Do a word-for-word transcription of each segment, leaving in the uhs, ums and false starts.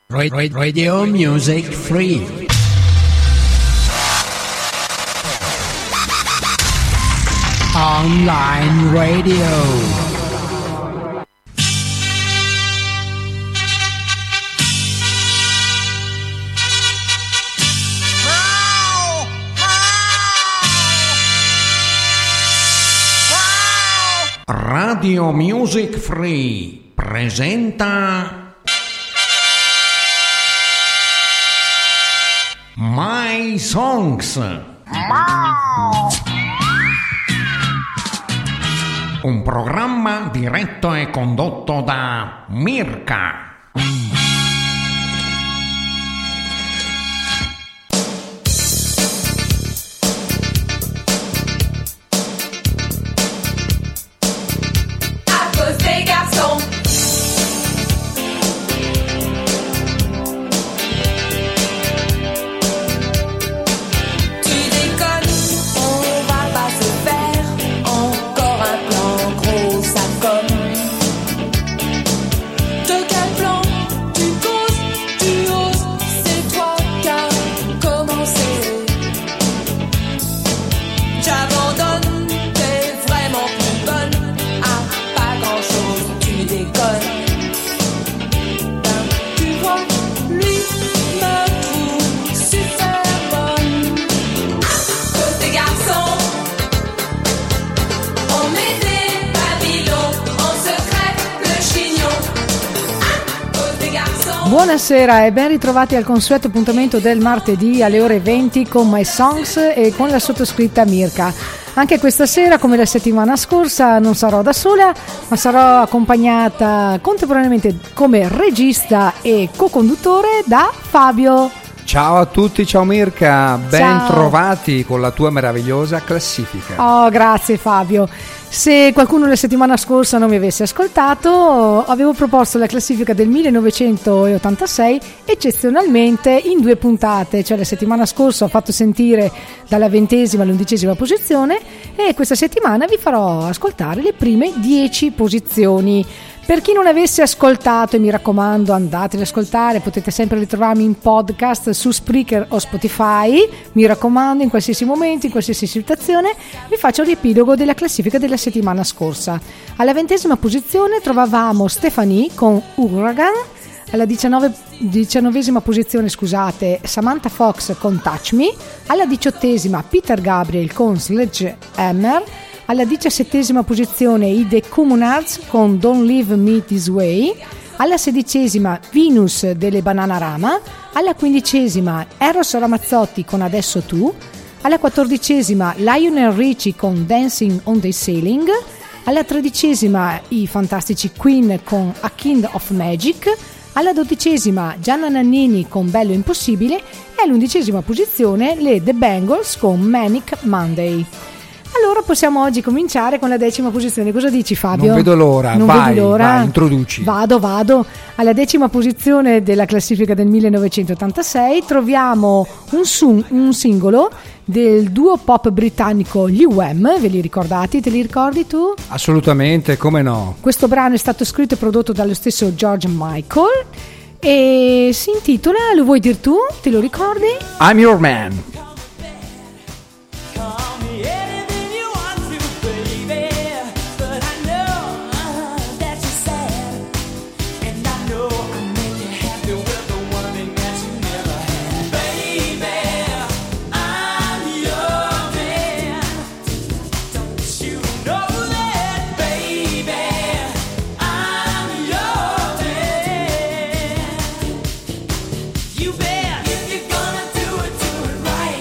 Radio Music Free. Online radio. Radio Music Free presenta My Songs. Un programma diretto e condotto da Mirka. Buonasera e ben ritrovati al consueto appuntamento del martedì alle ore venti con My Songs e con la sottoscritta Mirka. Anche questa sera, come la settimana scorsa, non sarò da sola, ma sarò accompagnata contemporaneamente come regista e co-conduttore da Fabio. Ciao a tutti, ciao Mirka, ben Ciao. Trovati con la tua meravigliosa classifica. Oh, grazie Fabio. Se qualcuno la settimana scorsa non mi avesse ascoltato, avevo proposto la classifica del millenovecentottantasei eccezionalmente in due puntate, cioè la settimana scorsa ho fatto sentire dalla ventesima all'undicesima posizione e questa settimana vi farò ascoltare le prime dieci posizioni. Per chi non avesse ascoltato, e mi raccomando andate ad ascoltare, potete sempre ritrovarmi in podcast su Spreaker o Spotify, mi raccomando in qualsiasi momento, in qualsiasi situazione, vi faccio il riepilogo della classifica della settimana scorsa. Alla ventesima posizione trovavamo Stephanie con Huracan, alla diciannove, diciannovesima posizione scusate Samantha Fox con Touch Me, alla diciottesima Peter Gabriel con Sledgehammer, alla diciassettesima posizione i The Communards con Don't Leave Me This Way, alla sedicesima Venus delle Bananarama, alla quindicesima Eros Ramazzotti con Adesso Tu, alla quattordicesima Lionel Richie con Dancing on the Ceiling, alla tredicesima i fantastici Queen con A Kind of Magic, alla dodicesima Gianna Nannini con Bello Impossibile e all'undicesima posizione le The Bangles con Manic Monday. Allora possiamo oggi cominciare con la decima posizione. Cosa dici Fabio? Non vedo l'ora, non vai, vedi l'ora? vai, introduci. Vado, vado. Alla decima posizione della classifica del millenovecentottantasei troviamo un, sun, un singolo del duo pop britannico gli Wham, ve li ricordati? Te li ricordi tu? Assolutamente, come no. Questo brano è stato scritto e prodotto dallo stesso George Michael e si intitola, lo vuoi dir tu? Te lo ricordi? I'm Your Man. You bet if you're gonna do it, do it right.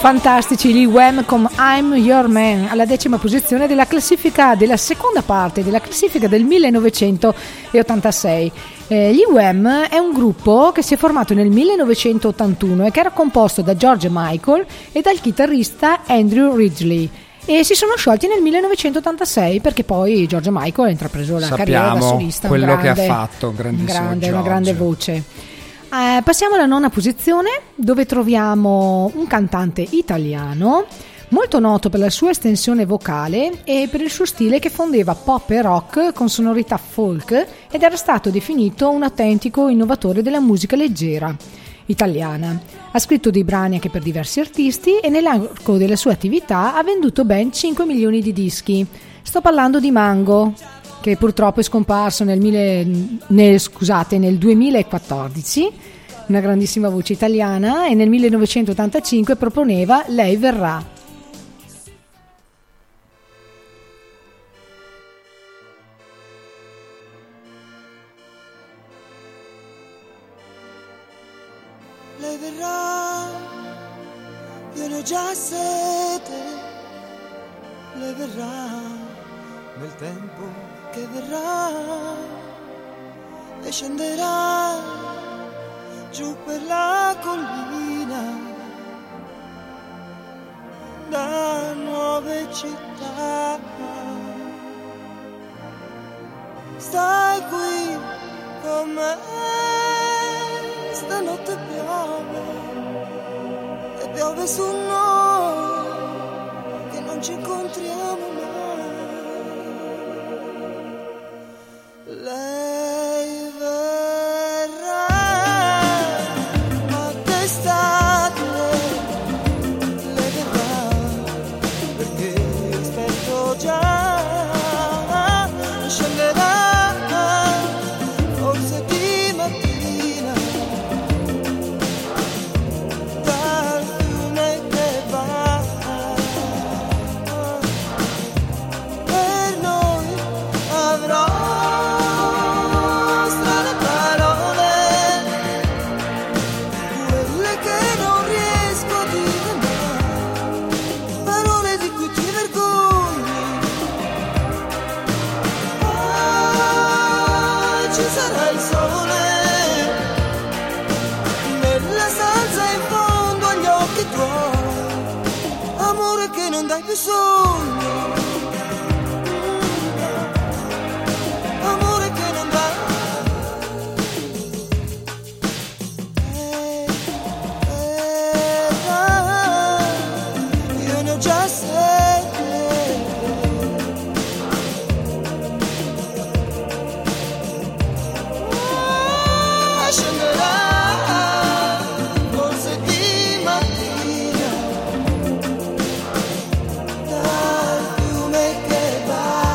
Fantastici gli Wham con I'm Your Man alla decima posizione della classifica, della seconda parte della classifica del millenovecentottantasei. Eh, gli Wham è un gruppo che si è formato nel millenovecentottantuno e che era composto da George Michael e dal chitarrista Andrew Ridgeley. E si sono sciolti nel millenovecentottantasei perché poi George Michael ha intrapreso la Sappiamo carriera da solista. quello un grande, che ha fatto, grandissimo grande, George. una grande voce. Eh, passiamo alla nona posizione, dove troviamo un cantante italiano molto noto per la sua estensione vocale e per il suo stile che fondeva pop e rock con sonorità folk ed era stato definito un autentico innovatore della musica leggera italiana. Ha scritto dei brani anche per diversi artisti e nell'arco della sua attività ha venduto ben cinque milioni di dischi. Sto parlando di Mango, che purtroppo è scomparso nel, mille, nel, scusate, nel duemilaquattordici, una grandissima voce italiana, e nel millenovecentottantacinque proponeva Lei verrà. Lei verrà, io ne ho già sete, lei verrà nel tempo che verrà e scenderà giù per la collina da nuove città. Stai qui con me, stanotte piove e piove su noi che non ci incontriamo mai. Lei verrà a d'estate, lei verrà perché aspetto già, scenderà forse di mattina dal fiume che va. Per noi avrò più sogno, amore che non dà. Eh, eh, ah, io ne ho già sete. Ah, scenderà forse di mattina dal fiume che va.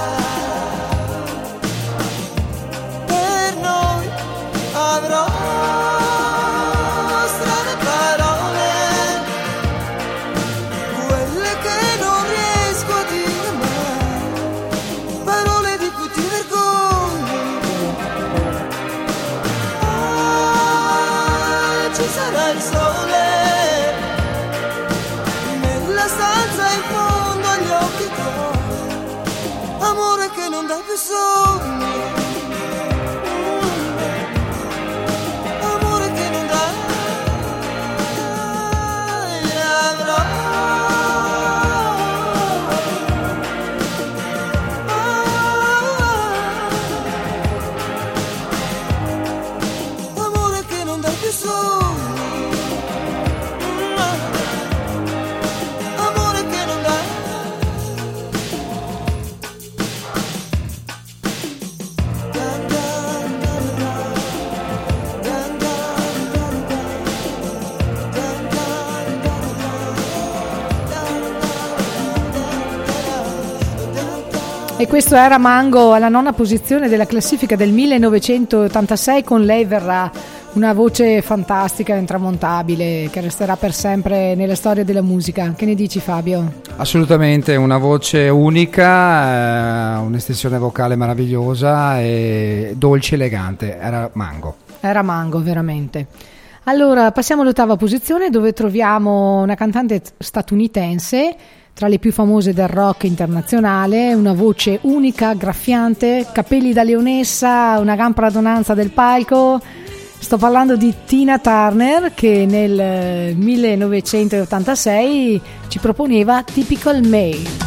Per noi avrò strane parole, quelle che non riesco a dire mai, parole di cui ti vergogni. Ah, ci sarà il sole nella stanza in fondo agli occhi tuoi, amore che non dai più sogni, amore che non dai. Avrò amore che non dai più sogni, amore che non dai. Dan, dan, dan, dan. Dan, dan, dan, dan. Dan, dan, dan, dan. Dan, dan, dan, dan. E questo era Mango alla nona posizione della classifica del millenovecentottantasei con Lei verrà, una voce fantastica e intramontabile che resterà per sempre nella storia della musica. Che ne dici, Fabio? Assolutamente, una voce unica, eh, un'estensione vocale meravigliosa e dolce, elegante. Era Mango. Era Mango, veramente. Allora, passiamo all'ottava posizione, dove troviamo una cantante statunitense, tra le più famose del rock internazionale, una voce unica, graffiante, capelli da leonessa, una gran padronanza del palco. Sto parlando di Tina Turner, che nel millenovecentottantasei ci proponeva Typical Male.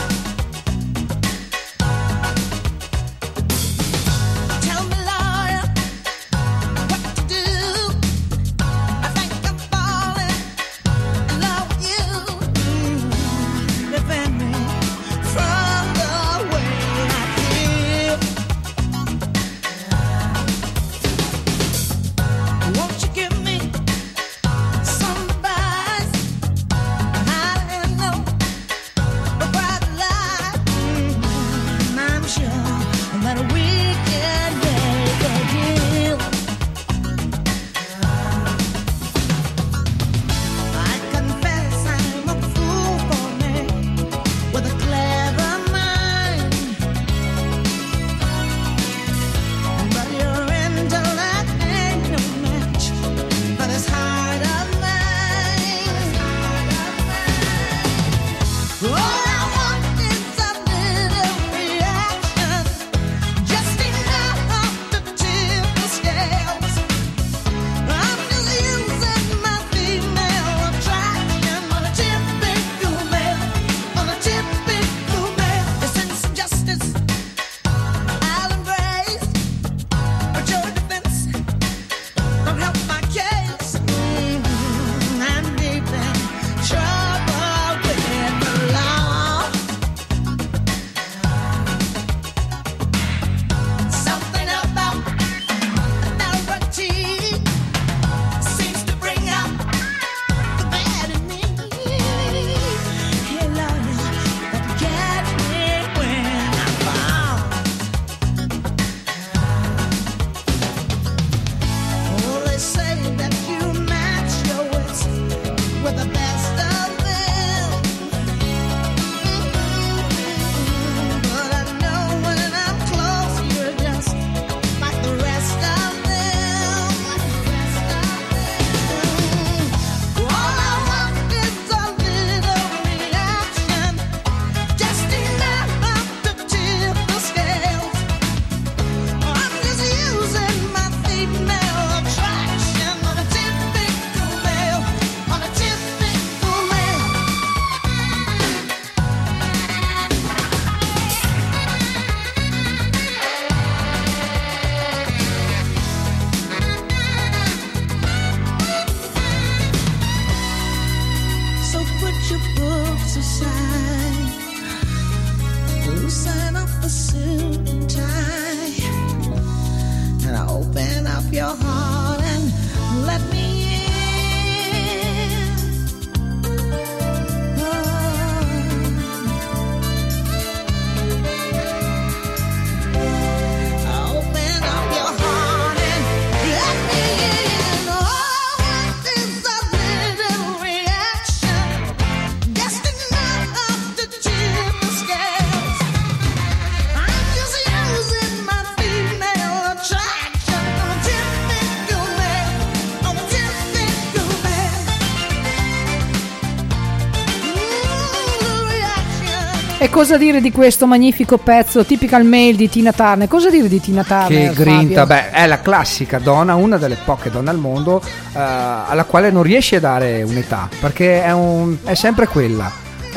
E cosa dire di questo magnifico pezzo Typical Male di Tina Turner? Cosa dire di Tina Turner? Che grinta, Fabio? beh, è la classica donna, una delle poche donne al mondo eh, alla quale non riesci a dare un'età, perché è, un, è sempre quella.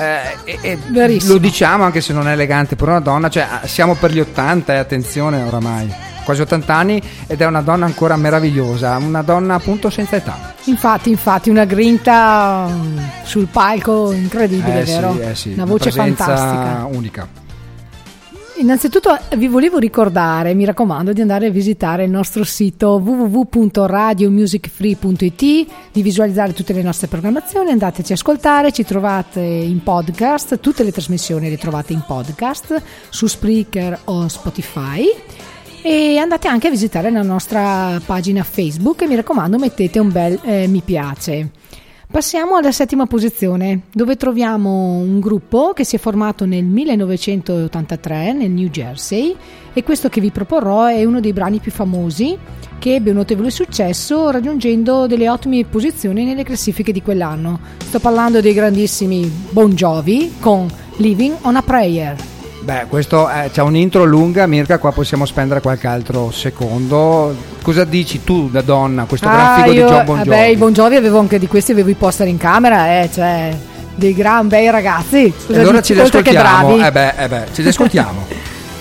Eh, e, e lo diciamo anche se non è elegante per una donna, cioè siamo per gli ottanta e attenzione oramai, quasi ottanta anni, ed è una donna ancora meravigliosa, una donna appunto senza età. Infatti, infatti, una grinta sul palco incredibile, eh vero? Sì, eh sì, una voce una fantastica, unica. Innanzitutto vi volevo ricordare, mi raccomando, di andare a visitare il nostro sito w w w punto radio music free punto i t, di visualizzare tutte le nostre programmazioni, andateci a ascoltare, ci trovate in podcast, tutte le trasmissioni le trovate in podcast su Spreaker o Spotify. E andate anche a visitare la nostra pagina Facebook e mi raccomando mettete un bel eh, mi piace. Passiamo alla settima posizione, dove troviamo un gruppo che si è formato nel millenovecentottantatré nel New Jersey, e questo che vi proporrò è uno dei brani più famosi, che ebbe un notevole successo raggiungendo delle ottime posizioni nelle classifiche di quell'anno. Sto parlando dei grandissimi Bon Jovi con Living on a Prayer. Beh, questo è, c'è un'intro lunga, Mirka, qua possiamo spendere qualche altro secondo. Cosa dici tu da donna, questo ah, gran figo io, di John Bon Jovi? Beh, i Bon Jovi avevo anche di questi, avevo i poster in camera, eh, cioè dei gran bei ragazzi. E allora dici, ci li ascoltiamo, bravi. eh beh, eh beh, ci li ascoltiamo.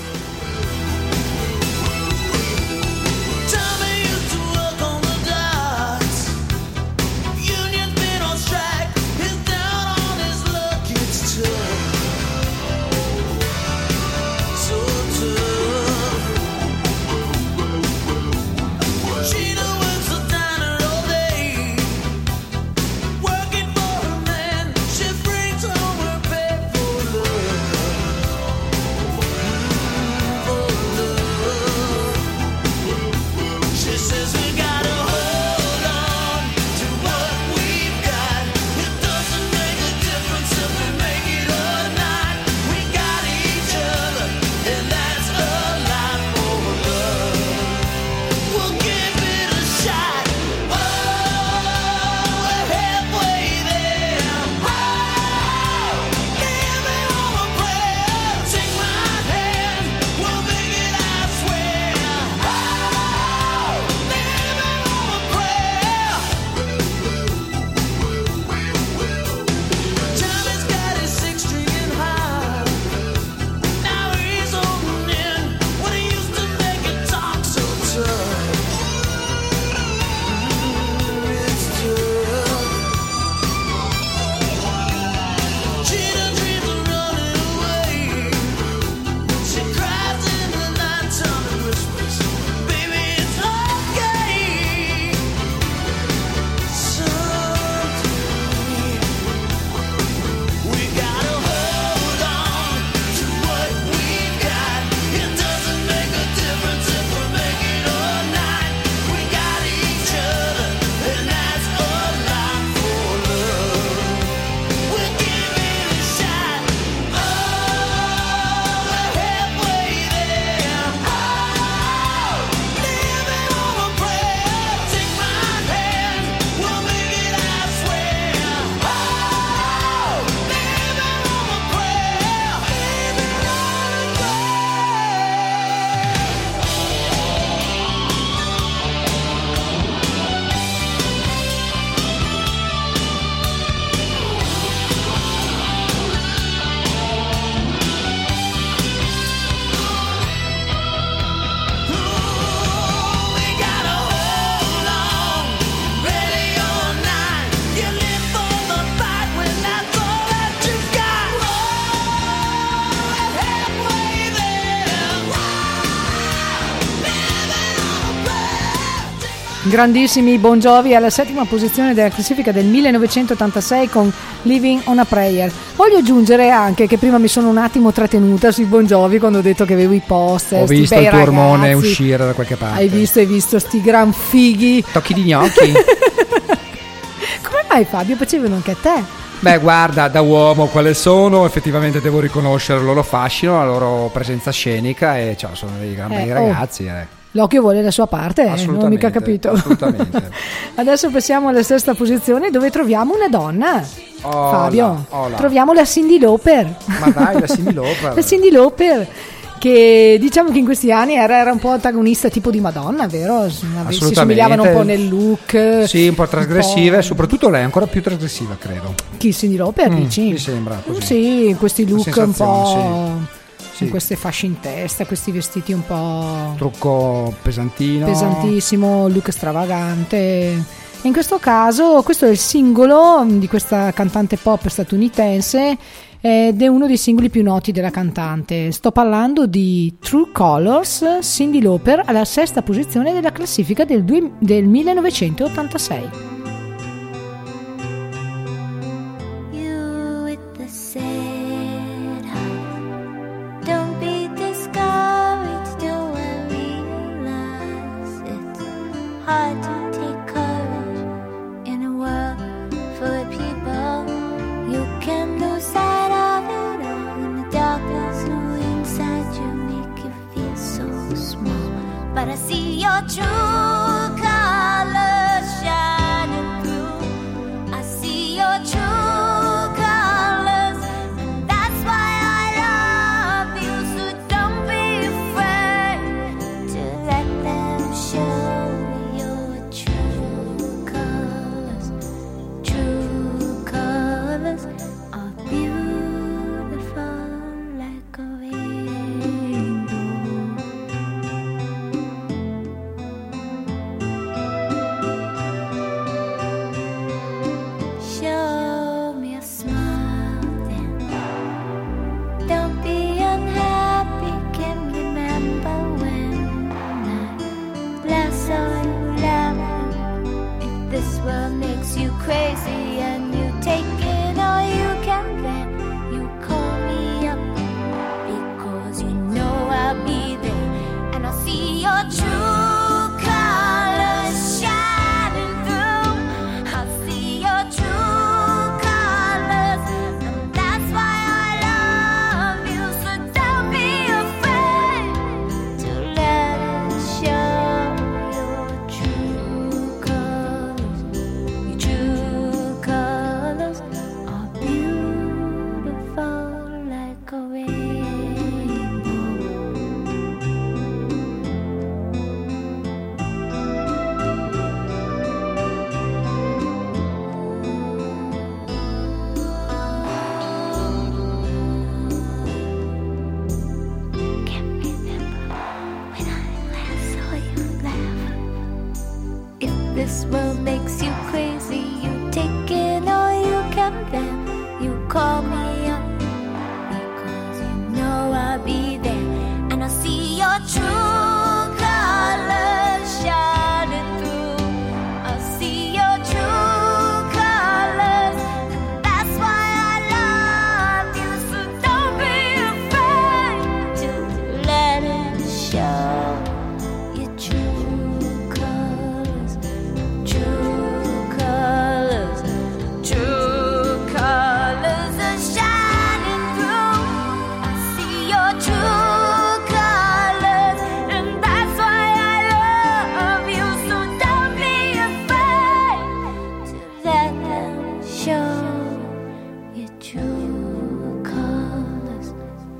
Grandissimi Bon Jovi alla settima posizione della classifica del millenovecentottantasei con Living on a Prayer. Voglio aggiungere anche che prima mi sono un attimo trattenuta sui Bon Jovi quando ho detto che avevo i poster. Ho visto bei il tuo ragazzi. ormone uscire da qualche parte. Hai visto, hai visto sti gran fighi. Tocchi di gnocchi. Come mai, Fabio? Piacevano anche a te? Beh, guarda, da uomo quale sono, effettivamente devo riconoscere il loro fascino, la loro presenza scenica, e cioè, sono dei gran bei eh, ragazzi. Oh. Eh. L'occhio vuole la sua parte, eh, non ho mica capito. Assolutamente. Adesso passiamo alla sesta posizione, dove troviamo una donna. Ola, Fabio, ola. troviamo la Cyndi Lauper. Ma dai, la Cyndi Lauper. La Cyndi Lauper, che diciamo che in questi anni era, era un po' antagonista tipo di Madonna, vero? Si somigliavano un po' nel look. Sì, un po' trasgressiva, po'... e soprattutto lei è ancora più trasgressiva, credo. Chi, Cyndi Lauper, mm, dici? Mi sembra così. Sì, questi look un po'... Sì. Sì. Con queste fasce in testa, questi vestiti un po' trucco pesantino, pesantissimo, look stravagante. In questo caso questo è il singolo di questa cantante pop statunitense ed è uno dei singoli più noti della cantante. Sto parlando di True Colors, Cyndi Lauper alla sesta posizione della classifica del, due, del millenovecentottantasei. Hard to take courage in a world full of true colors shining through. I see your true colors, and that's why I love you. So don't be afraid to let them show your true colors. True colors are beautiful like a rainbow. Show me a smile then. Don't be unhappy, can remember when I last saw you laughing. If this world makes you crazy and you take it all you can, then you call me up, because you know I'll be there, and I'll see your true colors shining through. I'll see your true colors, and that's why I love you. So don't be afraid to let us show your true colors. Your true colors are beautiful like a rainbow. Can't remember when I last saw you laugh. If this world makes you crazy, you take it all you can, then you call me up, because you know I'll be there, and I'll see your true colors shining through. I'll see your true colors, and that's why I love you. So don't be afraid to let it show your true colors. True colors, true colors are shining through. I see your true colors, and that's why I love you. So don't be afraid to let them show your true colors.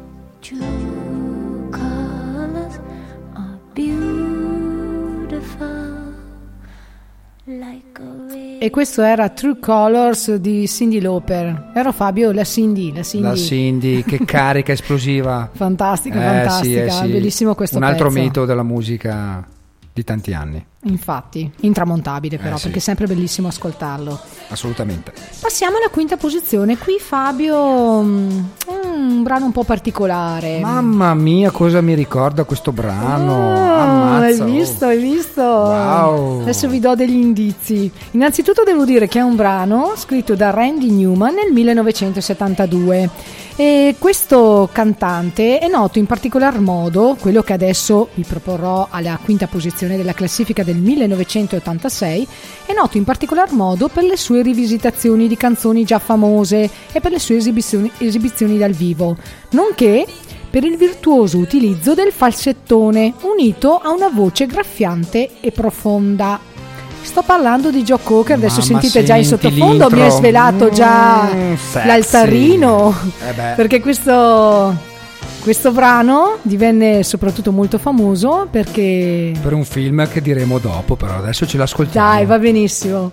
True colors are beautiful like a rainbow. E questo era True Colors di Cyndi Lauper. Vero Fabio? La Cyndi, la Cyndi. La Cyndi, che carica esplosiva. Fantastica, Eh, fantastica, sì, eh, sì. bellissimo questo Un altro pezzo. mito della musica di tanti anni, Infatti, intramontabile però, Eh, sì. perché è sempre bellissimo ascoltarlo. assolutamente. Passiamo alla quinta posizione. Qui Fabio, mm, un brano un po' particolare. Mamma mia, cosa mi ricorda questo brano? Oh, Ammazza, hai oh. visto, hai visto? Wow. Adesso vi do degli indizi. Innanzitutto devo dire che è un brano scritto da Randy Newman nel millenovecentosettantadue, e questo cantante è noto in particolar modo, quello che adesso vi proporrò alla quinta posizione della classifica del millenovecentottantasei, è noto in particolar modo per le sue rivisitazioni di canzoni già famose e per le sue esibizioni, esibizioni dal vivo, nonché per il virtuoso utilizzo del falsettone unito a una voce graffiante e profonda. Sto parlando di Joe Cocker, adesso Mamma, sentite già in senti sottofondo, l'intro. mi è svelato già Mm, sexy. l'altarino, Eh beh. perché questo, questo brano divenne soprattutto molto famoso perché... Per un film che diremo dopo, però adesso ce l'ascoltiamo. Dai, va benissimo.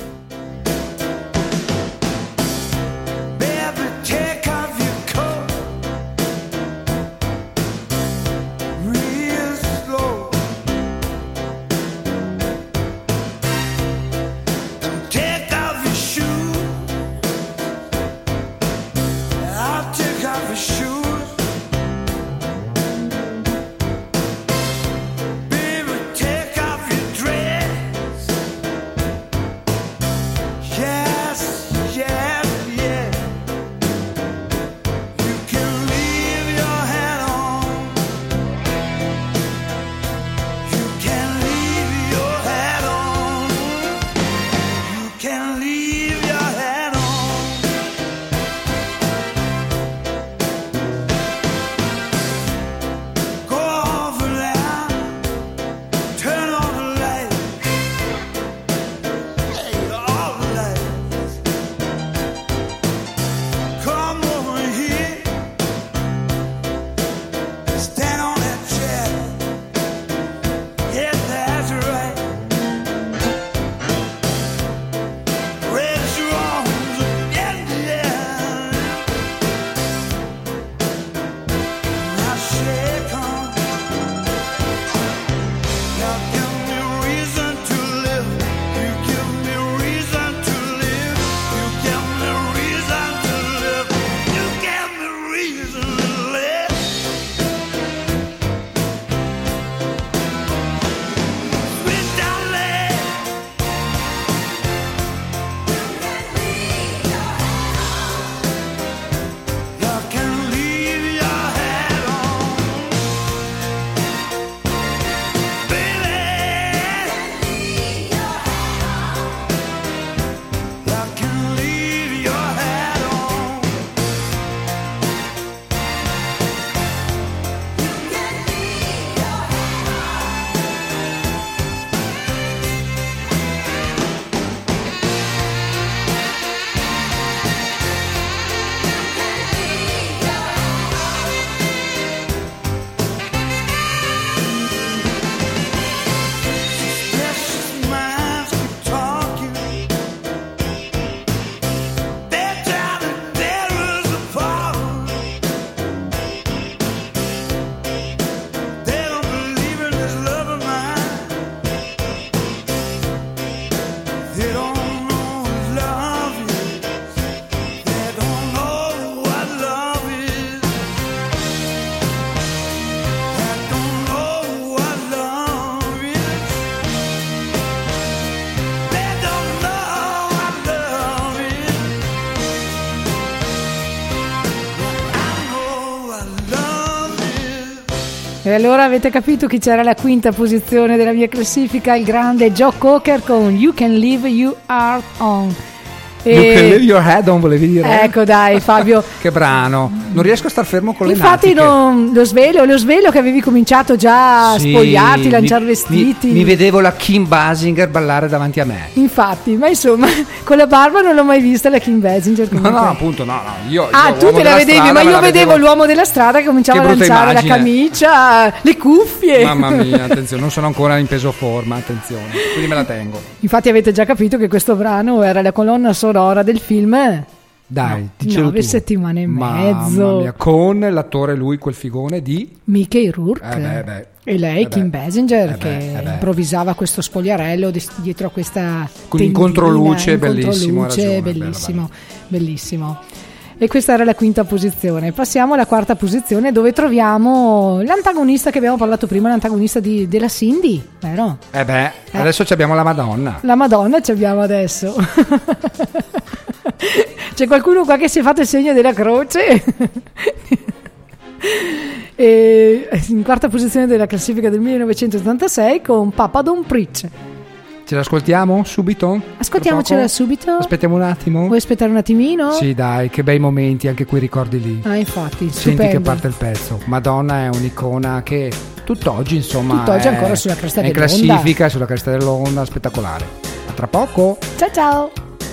Baby, take off your coat real slow. And take off your shoes. I'll take off your shoes. Baby, take off your dress. E allora avete capito chi c'era alla quinta posizione della mia classifica? Il grande Joe Cocker con You Can Leave Your Heart On. You Can Leave Your Head On, volevi dire? Ecco, dai, Fabio. Che brano. Non riesco a star fermo con le Infatti non, lo svelo, lo svelo che avevi cominciato già a sì, spogliarti, lanciare mi, vestiti. Mi, mi vedevo la Kim Basinger ballare davanti a me. Infatti, ma insomma, con la barba non l'ho mai vista la Kim Basinger. No, no, appunto, no, no. Io, ah, io, tu te la vedevi, ma io vedevo, vedevo l'uomo della strada che cominciava a lanciare immagine. La camicia, le cuffie. Mamma mia, attenzione, non sono ancora in peso forma, attenzione, quindi me la tengo. Infatti avete già capito che questo brano era la colonna sonora del film. Dai, no, nove tu. settimane e mezzo. Mamma mia, con l'attore lui, quel figone di Mickey Rourke. Eh beh, beh. E lei, eh Kim beh. Basinger, eh che beh, eh improvvisava questo spogliarello dietro a questa con incontroluce, bellissimo, ragione, bellissimo, bellissimo. E questa era la quinta posizione. Passiamo alla quarta posizione, dove troviamo l'antagonista che abbiamo parlato prima, l'antagonista di, della Cindy, vero? Eh beh, eh. adesso abbiamo la Madonna. La Madonna ci abbiamo adesso. C'è qualcuno qua che si è fatto il segno della croce. E in quarta posizione della classifica del millenovecentottantasei con Papa Don't Preach. Ce l'ascoltiamo subito? Ascoltiamocela subito. Aspettiamo un attimo. Vuoi aspettare un attimino? Sì, dai, che bei momenti, anche quei ricordi lì. Ah, infatti, senti stupendo. Che parte il pezzo. Madonna è un'icona che tutt'oggi, insomma, tutt'oggi è ancora sulla cresta è in dell'onda. classifica, sulla cresta dell'onda, spettacolare. A tra poco. Ciao ciao.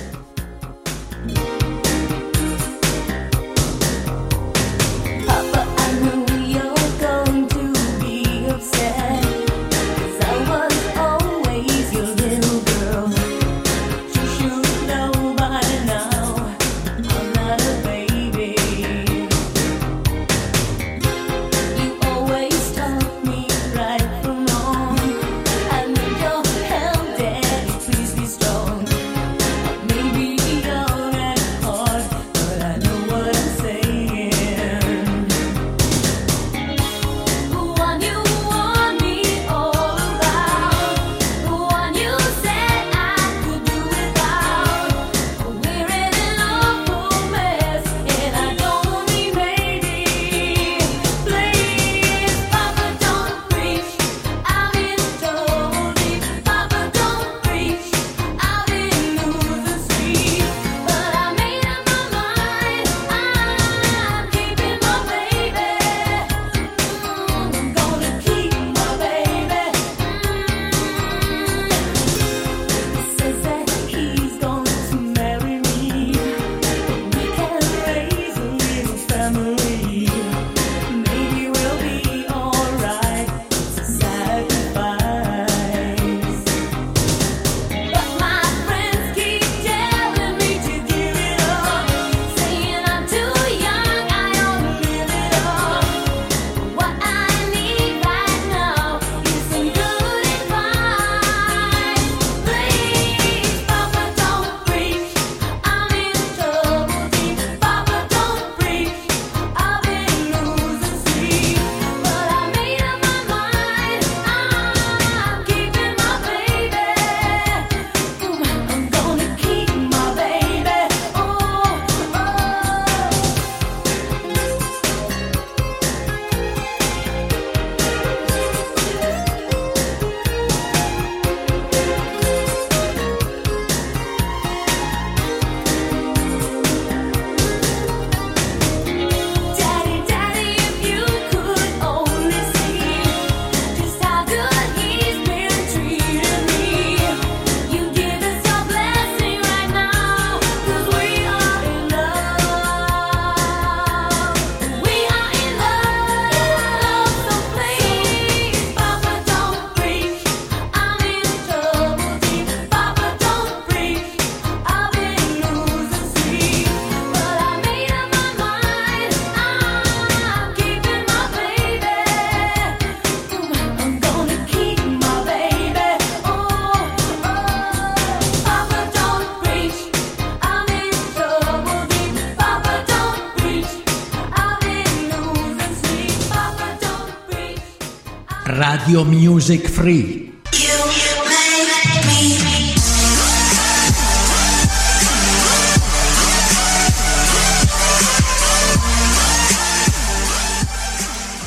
Radio Music Free.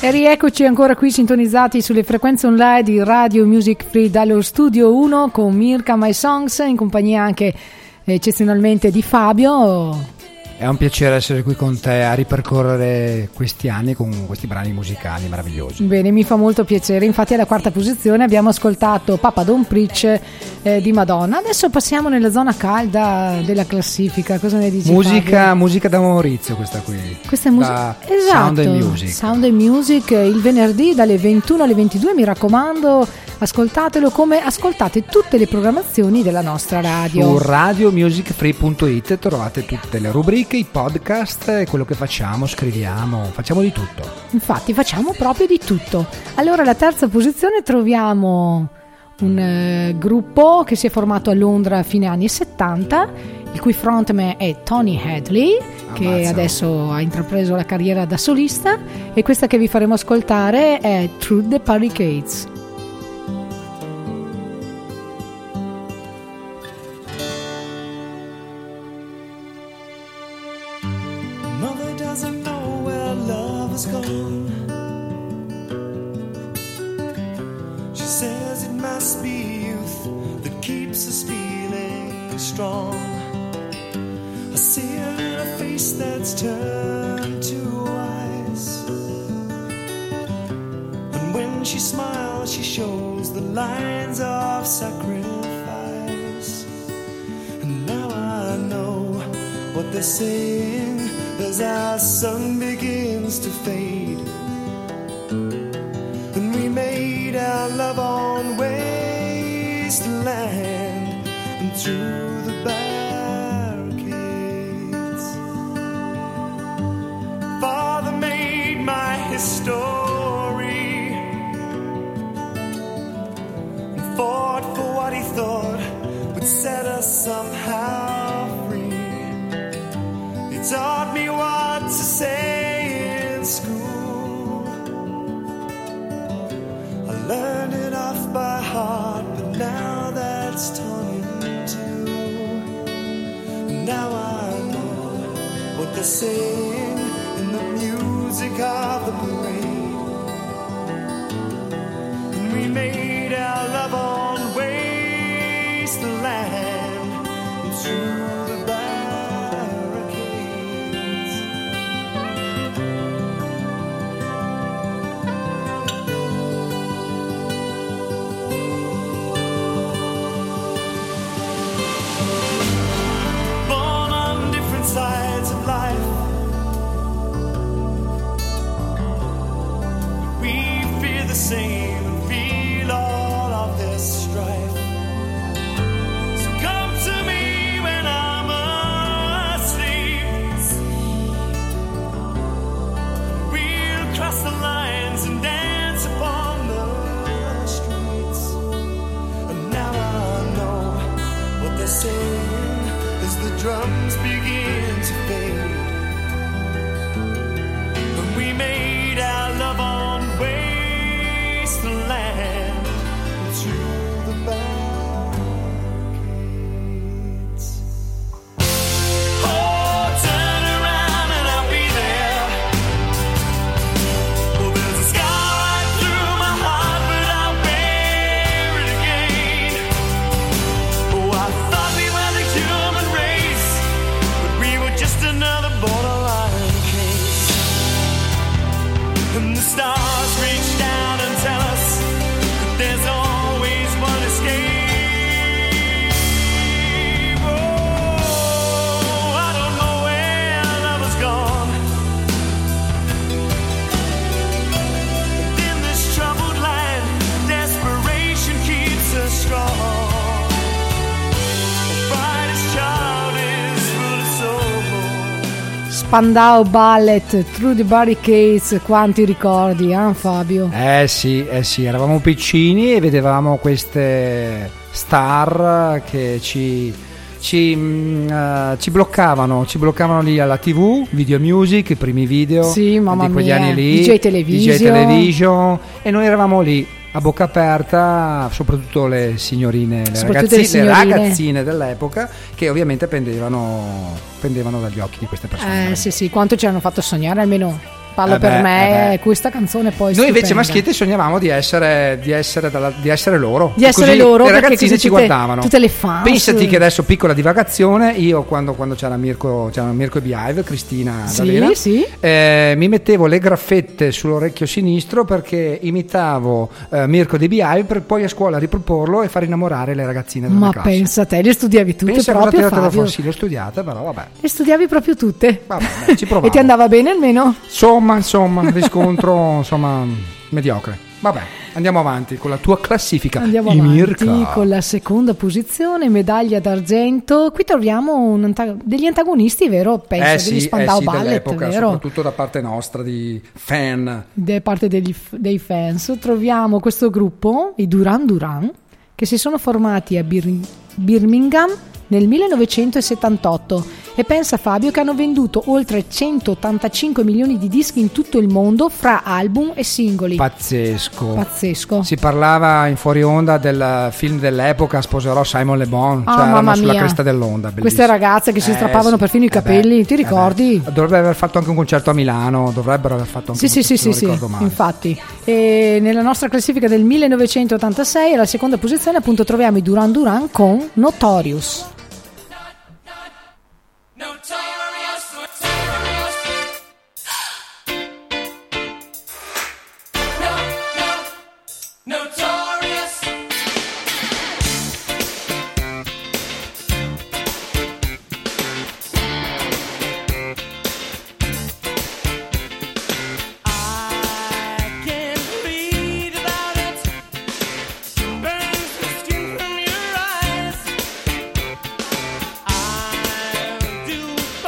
E rieccoci ancora qui sintonizzati sulle frequenze online di Radio Music Free dallo studio uno con Mirka My Songs, in compagnia anche eccezionalmente di Fabio. È un piacere essere qui con te a ripercorrere questi anni con questi brani musicali meravigliosi. Bene, mi fa molto piacere. Infatti alla quarta posizione abbiamo ascoltato Papa Don't Preach eh, di Madonna. Adesso passiamo nella zona calda della classifica. Cosa ne dici, Musica, Fabio? musica da Maurizio questa qui. Questa è musica, esatto, Sound and Music. Sound and Music, il venerdì dalle ventuno alle ventidue, mi raccomando, ascoltatelo come ascoltate tutte le programmazioni della nostra radio. Su radio music free punto it trovate tutte le rubriche, i podcast e quello che facciamo, scriviamo, facciamo di tutto. Infatti facciamo proprio di tutto. Allora alla terza posizione troviamo un eh, gruppo che si è formato a Londra a fine anni settanta, il cui frontman è Tony Hadley, che Ammazza. adesso ha intrapreso la carriera da solista, e questa che vi faremo ascoltare è Through the Barricades. Mother doesn't know where love has gone. She says it must be youth that keeps us feeling strong. I see her in a face that's turned to ice, and when she smiles she shows the lines of sacrifice. And now I know what they're saying as our sun begins to fade, and we made our love on wasteland and through the barricades. Father made my history and fought for what he thought would set us somehow free. He taught me what to say in school. I learned it off by heart, but now that's torn in two. Now I know what they're saying in the music of the parade. And we made our love on wasteland and through the barricades. Born on different sides of life, we fear the same and feel all of this strife. So come to me when I'm asleep. We'll cross the lines and dance upon the streets. And now I know what they're saying as the drums begin to fade. And we made our love on wasteland through the barricades. Oh, turn around and I'll be there. Well, there's a scar right through my heart, but I'll bear it again. Oh, I thought we were the human race, but we were just another borderline case. And the stars reach down and tell us that there's always one escape. Oh, I don't know where love has gone. And in this troubled land, desperation keeps us strong. The brightest child is full of soul. Spandau Ballet, Through the Barricades, quanti ricordi, eh Fabio? Eh sì, eh sì, eravamo piccini e vedevamo queste star che ci, ci, mm, eh, ci bloccavano, ci bloccavano lì alla tivù, Video Music, i primi video Sì, mamma di quegli mia, anni lì, D J Television. D J Television, e noi eravamo lì a bocca aperta, soprattutto le signorine, le, Soprattutto ragazzi- le signorine. le ragazzine dell'epoca, che ovviamente pendevano, pendevano dagli occhi di queste persone. Eh sì sì, quanto ci hanno fatto sognare, almeno parlo Eh per beh, me, eh beh. questa canzone poi Noi invece stupenda. maschietti sognavamo di essere, di essere, dalla- di essere loro. Di essere Così loro, le perché ragazzine così ci tutte- guardavano. tutte le fans. Pensati che adesso, piccola divagazione, io quando, quando c'era Mirko, c'era Mirko e Behive, Cristina Sì, D'Avena, sì. eh, mi mettevo le graffette sull'orecchio sinistro perché imitavo eh, Mirko di Behive per poi a scuola riproporlo e far innamorare le ragazzine della Ma classe. pensa a te, le studiavi tutte Pensa cosa proprio, te lo Fabio? sì, le ho studiate, però vabbè. Le studiavi proprio tutte. Vabbè, dai, ci provavo. E ti andava bene almeno? Insomma, insomma, riscontro insomma mediocre. Vabbè, andiamo avanti con la tua classifica. Andiamo I avanti Mirka. con la seconda posizione, medaglia d'argento. Qui troviamo un anta- degli antagonisti, vero? Penso, eh degli sì, eh Spandau sì, Ballet, dell'epoca, vero? soprattutto da parte nostra di fan. Da parte degli, dei fans troviamo questo gruppo, i Duran Duran, che si sono formati a Bir- Birmingham nel millenovecentosettantotto e pensa, Fabio, che hanno venduto oltre centottantacinque milioni di dischi in tutto il mondo fra album e singoli. Pazzesco. Pazzesco. Si parlava in fuori onda del film dell'epoca Sposerò Simon Le Bon, Ah, cioè erano mamma sulla mia. cresta dell'onda. Bellissimo. Queste ragazze che si Eh, strappavano sì. perfino i Eh beh, capelli, ti eh beh. ricordi? Dovrebbe aver fatto anche un concerto a Milano, dovrebbero aver fatto anche Sì, un sì, sì, concerto, sì, se non sì, ricordo male. infatti. E nella nostra classifica del millenovecentottantasei, alla seconda posizione, appunto, troviamo i Duran Duran con Notorious. Do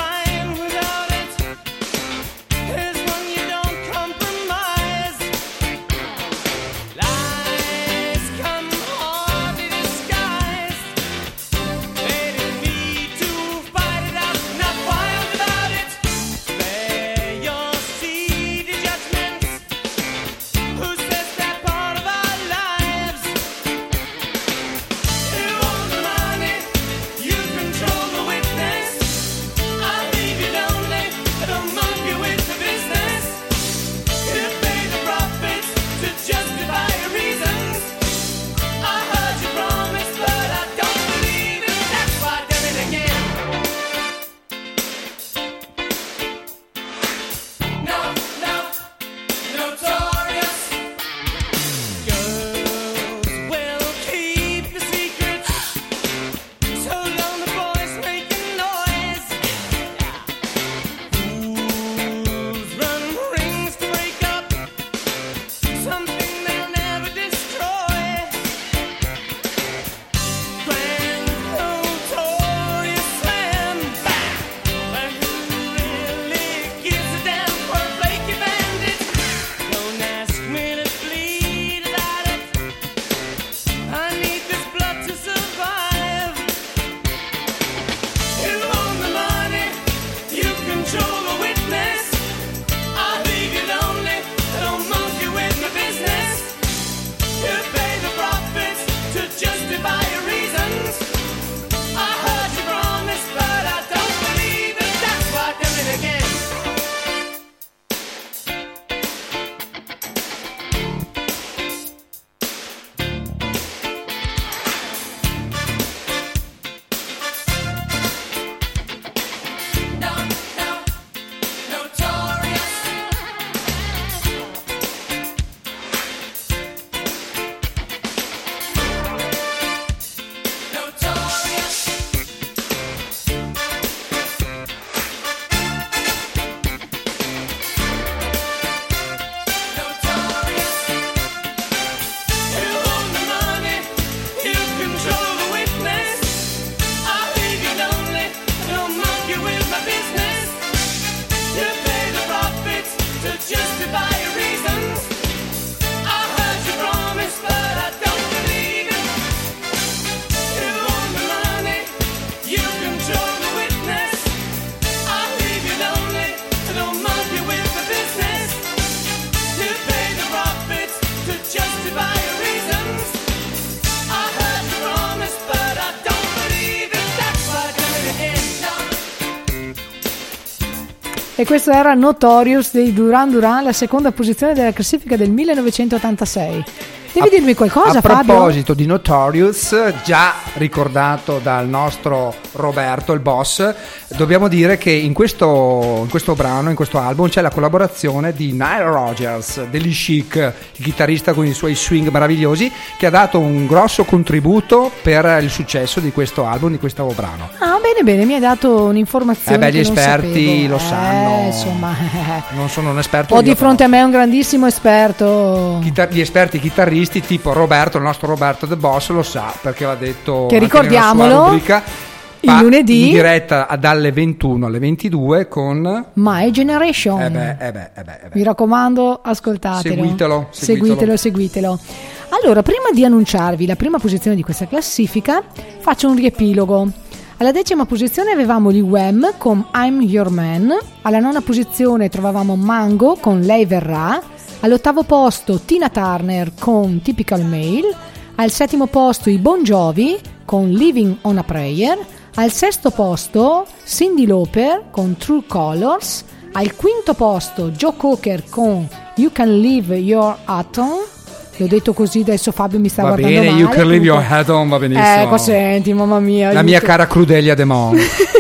E questo era Notorious dei Duran Duran, la seconda posizione della classifica del millenovecentottantasei. Devi a, dirmi qualcosa, a Fabio? A proposito di Notorious, già ricordato dal nostro Roberto, il boss, dobbiamo dire che in questo, in questo brano, in questo album, c'è la collaborazione di Nile Rodgers, degli Chic, il chitarrista con i suoi swing meravigliosi, che ha dato un grosso contributo per il successo di questo album, di questo brano. Ah, bene, bene, mi hai dato un'informazione. Eh beh, gli che esperti non lo eh, sanno. Insomma, non sono un esperto. Ho di fronte però a me un grandissimo esperto. Chitar- gli esperti chitarristi tipo Roberto, il nostro Roberto The Boss, lo sa perché l'ha detto, che ricordiamolo, rubrica, il lunedì in diretta dalle ventuno alle ventidue con My Generation. Eh beh, eh beh, eh beh, eh beh. Mi raccomando, ascoltatelo. Seguitelo, seguitelo, seguitelo, seguitelo. Allora, prima di annunciarvi la prima posizione di questa classifica, faccio un riepilogo. Alla decima posizione avevamo gli Wham con I'm Your Man. Alla nona posizione trovavamo Mango con Lei Verrà. All'ottavo posto Tina Turner con Typical Male. Al settimo posto i Bon Jovi con Living on a Prayer. Al sesto posto Cyndi Lauper con True Colors. Al quinto posto Joe Cocker con You Can Leave Your Hat On. L'ho detto così, adesso Fabio mi sta va guardando bene, male. You Can Leave Your Hat On, va benissimo. Ecco, senti, mamma mia. La mia cara Crudelia De Mon.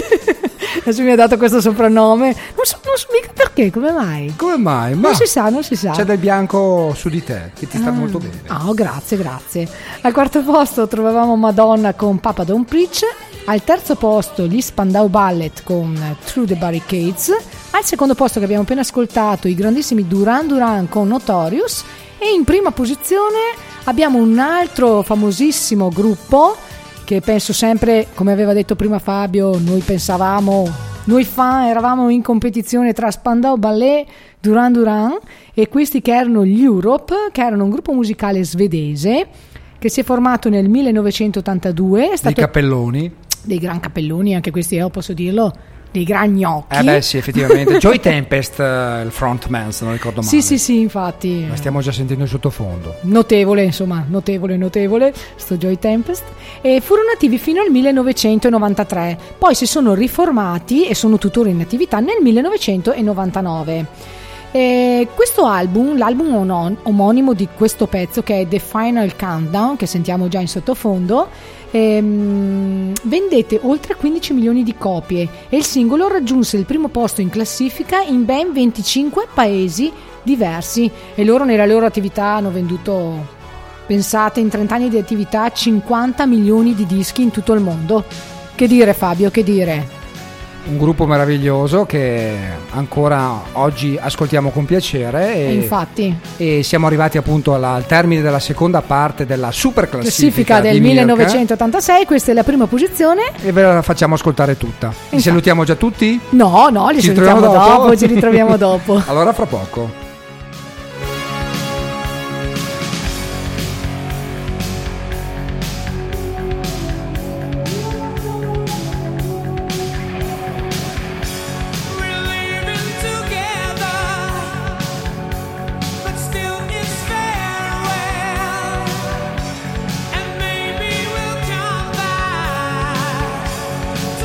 Adesso mi ha dato questo soprannome. Non so, non so mica perché, come mai? Come mai? Ma non si sa, non si sa. C'è del bianco su di te che ti sta ah. molto bene. Oh, grazie, grazie. Al quarto posto trovavamo Madonna con Papa Don't Preach. Al terzo posto gli Spandau Ballet con Through the Barricades. Al secondo posto, che abbiamo appena ascoltato, i grandissimi Duran Duran con Notorious. E in prima posizione abbiamo un altro famosissimo gruppo che penso sempre, come aveva detto prima Fabio, noi pensavamo, noi fan eravamo in competizione tra Spandau Ballet, Duran Duran e questi che erano gli Europe, che erano un gruppo musicale svedese che si è formato nel millenovecentottantadue. È stato dei cappelloni. Dei gran cappelloni, anche questi io posso dirlo, dei gran gnocchi. Eh beh sì, effettivamente. Joy Tempest, il frontman, se non ricordo male. Sì, sì, sì, infatti. La stiamo già sentendo in sottofondo. Notevole, insomma, notevole, notevole, sto Joy Tempest. E furono attivi fino al millenovecentonovantatré, poi si sono riformati e sono tuttora in attività nel millenovecentonovantanove. E questo album, l'album onon- omonimo di questo pezzo, che è The Final Countdown, che sentiamo già in sottofondo, ehm, vendette oltre quindici milioni di copie e il singolo raggiunse il primo posto in classifica in ben venticinque paesi diversi, e loro nella loro attività hanno venduto, pensate, in trenta anni di attività, cinquanta milioni di dischi in tutto il mondo. Che dire, Fabio, che dire? Un gruppo meraviglioso che ancora oggi ascoltiamo con piacere e, infatti. E siamo arrivati appunto alla, al termine della seconda parte della super classifica, classifica del millenovecentottantasei. Questa è la prima posizione e ve la facciamo ascoltare tutta. Li salutiamo già tutti? No, no, li ci salutiamo dopo? dopo ci ritroviamo dopo. Allora fra poco.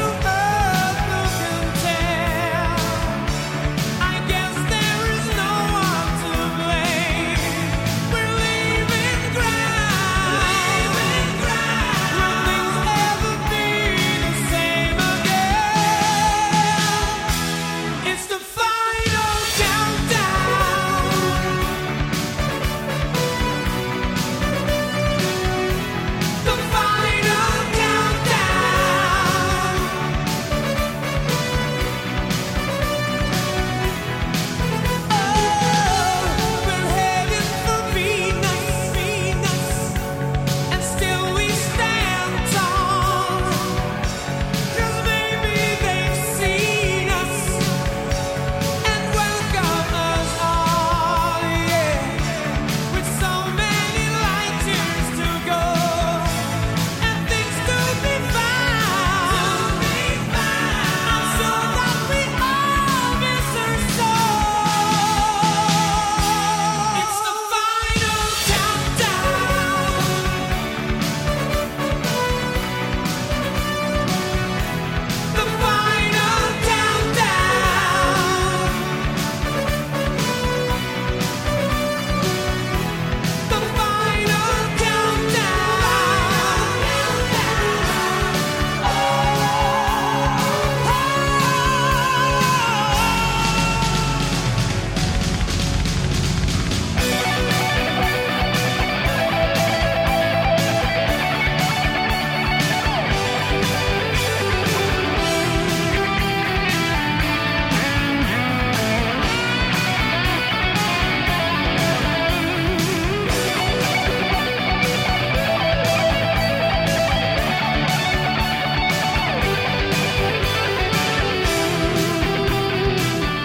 No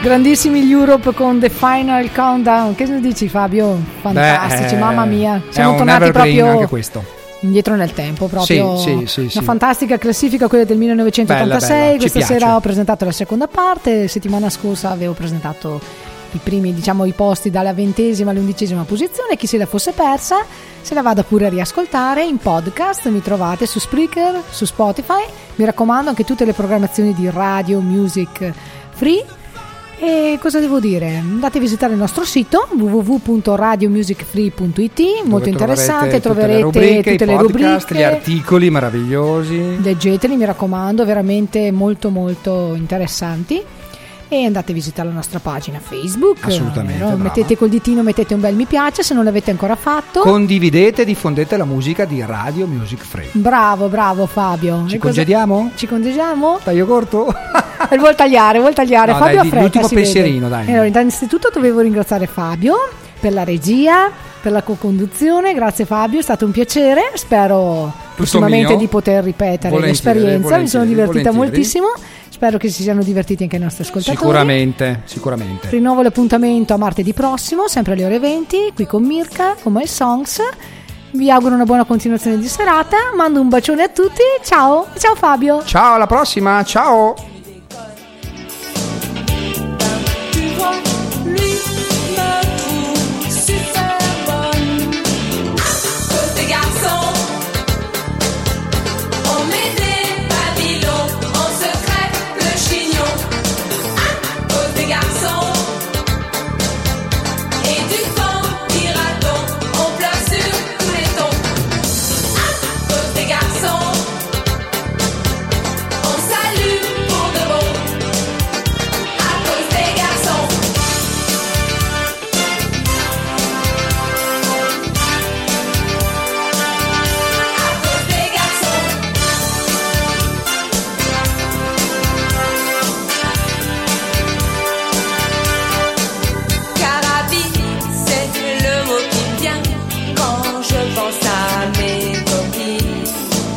Grandissimi gli Europe con The Final Countdown. Che ne dici, Fabio? Fantastici, Beh, mamma mia. Siamo è un tornati proprio anche questo. indietro nel tempo, proprio sì, sì, sì, una sì. fantastica classifica, quella del millenovecentottantasei. Bella, bella. Questa Ci sera piace. ho presentato la seconda parte, settimana scorsa avevo presentato i primi, diciamo, i posti dalla ventesima all'undicesima posizione. Chi se la fosse persa se la vada pure a riascoltare in podcast, mi trovate su Spreaker, su Spotify, mi raccomando anche tutte le programmazioni di Radio Music Free. E cosa devo dire? Andate a visitare il nostro sito w w w punto radio music free punto i t, molto interessante, troverete tutte le rubriche, tutte le podcast, rubriche, gli articoli meravigliosi. leggeteli, mi raccomando, veramente molto molto interessanti. E andate a visitare la nostra pagina Facebook. Assolutamente, no? brava. Mettete col ditino, mettete un bel mi piace se non l'avete ancora fatto. Condividete e diffondete la musica di Radio Music Free. Bravo, bravo Fabio. Ci E cosa- congediamo? Ci congediamo? Taglio corto? E vuol tagliare, vuol tagliare. No, Fabio dai, ha fretta, l'ultimo si vede. pensierino, dai. Allora, innanzitutto dovevo ringraziare Fabio per la regia, per la co-conduzione. Grazie Fabio, è stato un piacere. Spero prossimamente mio. di poter ripetere Volentieri, l'esperienza. Mi sono volentieri, divertita volentieri. moltissimo. Spero che si siano divertiti anche i nostri ascoltatori. Sicuramente, sicuramente. Rinnovo l'appuntamento a martedì prossimo, sempre alle ore venti, qui con Mirka, con My Songs. Vi auguro una buona continuazione di serata. Mando un bacione a tutti. Ciao, ciao Fabio. Ciao, alla prossima, ciao. Tu vois, lui me trouve super bonne. Cause des garçons, on met des babylons, on se crève le chignon. Cause des garçons, et du temps dira-t-on, on pleure sur tous les tons. Cause des garçons, on salue pour de bon. À cause des garçons. À cause des garçons. Carabine, c'est le mot qui me vient quand je pense à mes copines.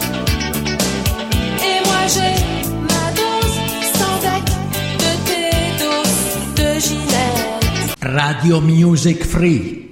Et moi j'ai ma dose sans bec de thé douce de Ginette. Radio Music Free.